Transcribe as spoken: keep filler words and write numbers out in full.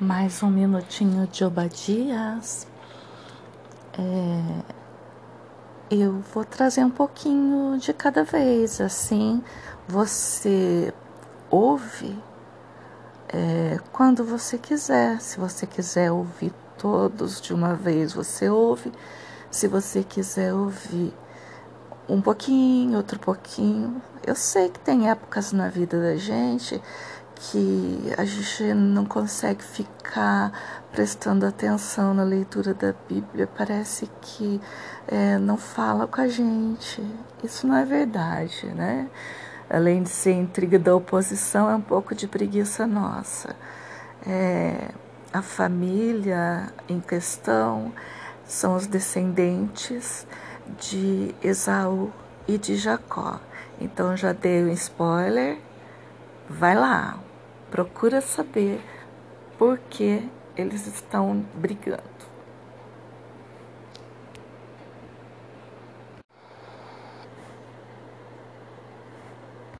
mais um minutinho de Obadias. É, eu vou trazer um pouquinho de cada vez, assim você ouve é, quando você quiser. Se você quiser ouvir todos de uma vez, você ouve. Se você quiser ouvir um pouquinho, outro pouquinho. Eu sei que tem épocas na vida da gente que a gente não consegue ficar prestando atenção na leitura da Bíblia, parece que é, não fala com a gente. Isso não é verdade, né? Além de ser intriga da oposição, é um pouco de preguiça nossa. É, a família em questão são os descendentes de Esaú e de Jacó. Então já dei um spoiler. Vai lá, procura saber por que eles estão brigando.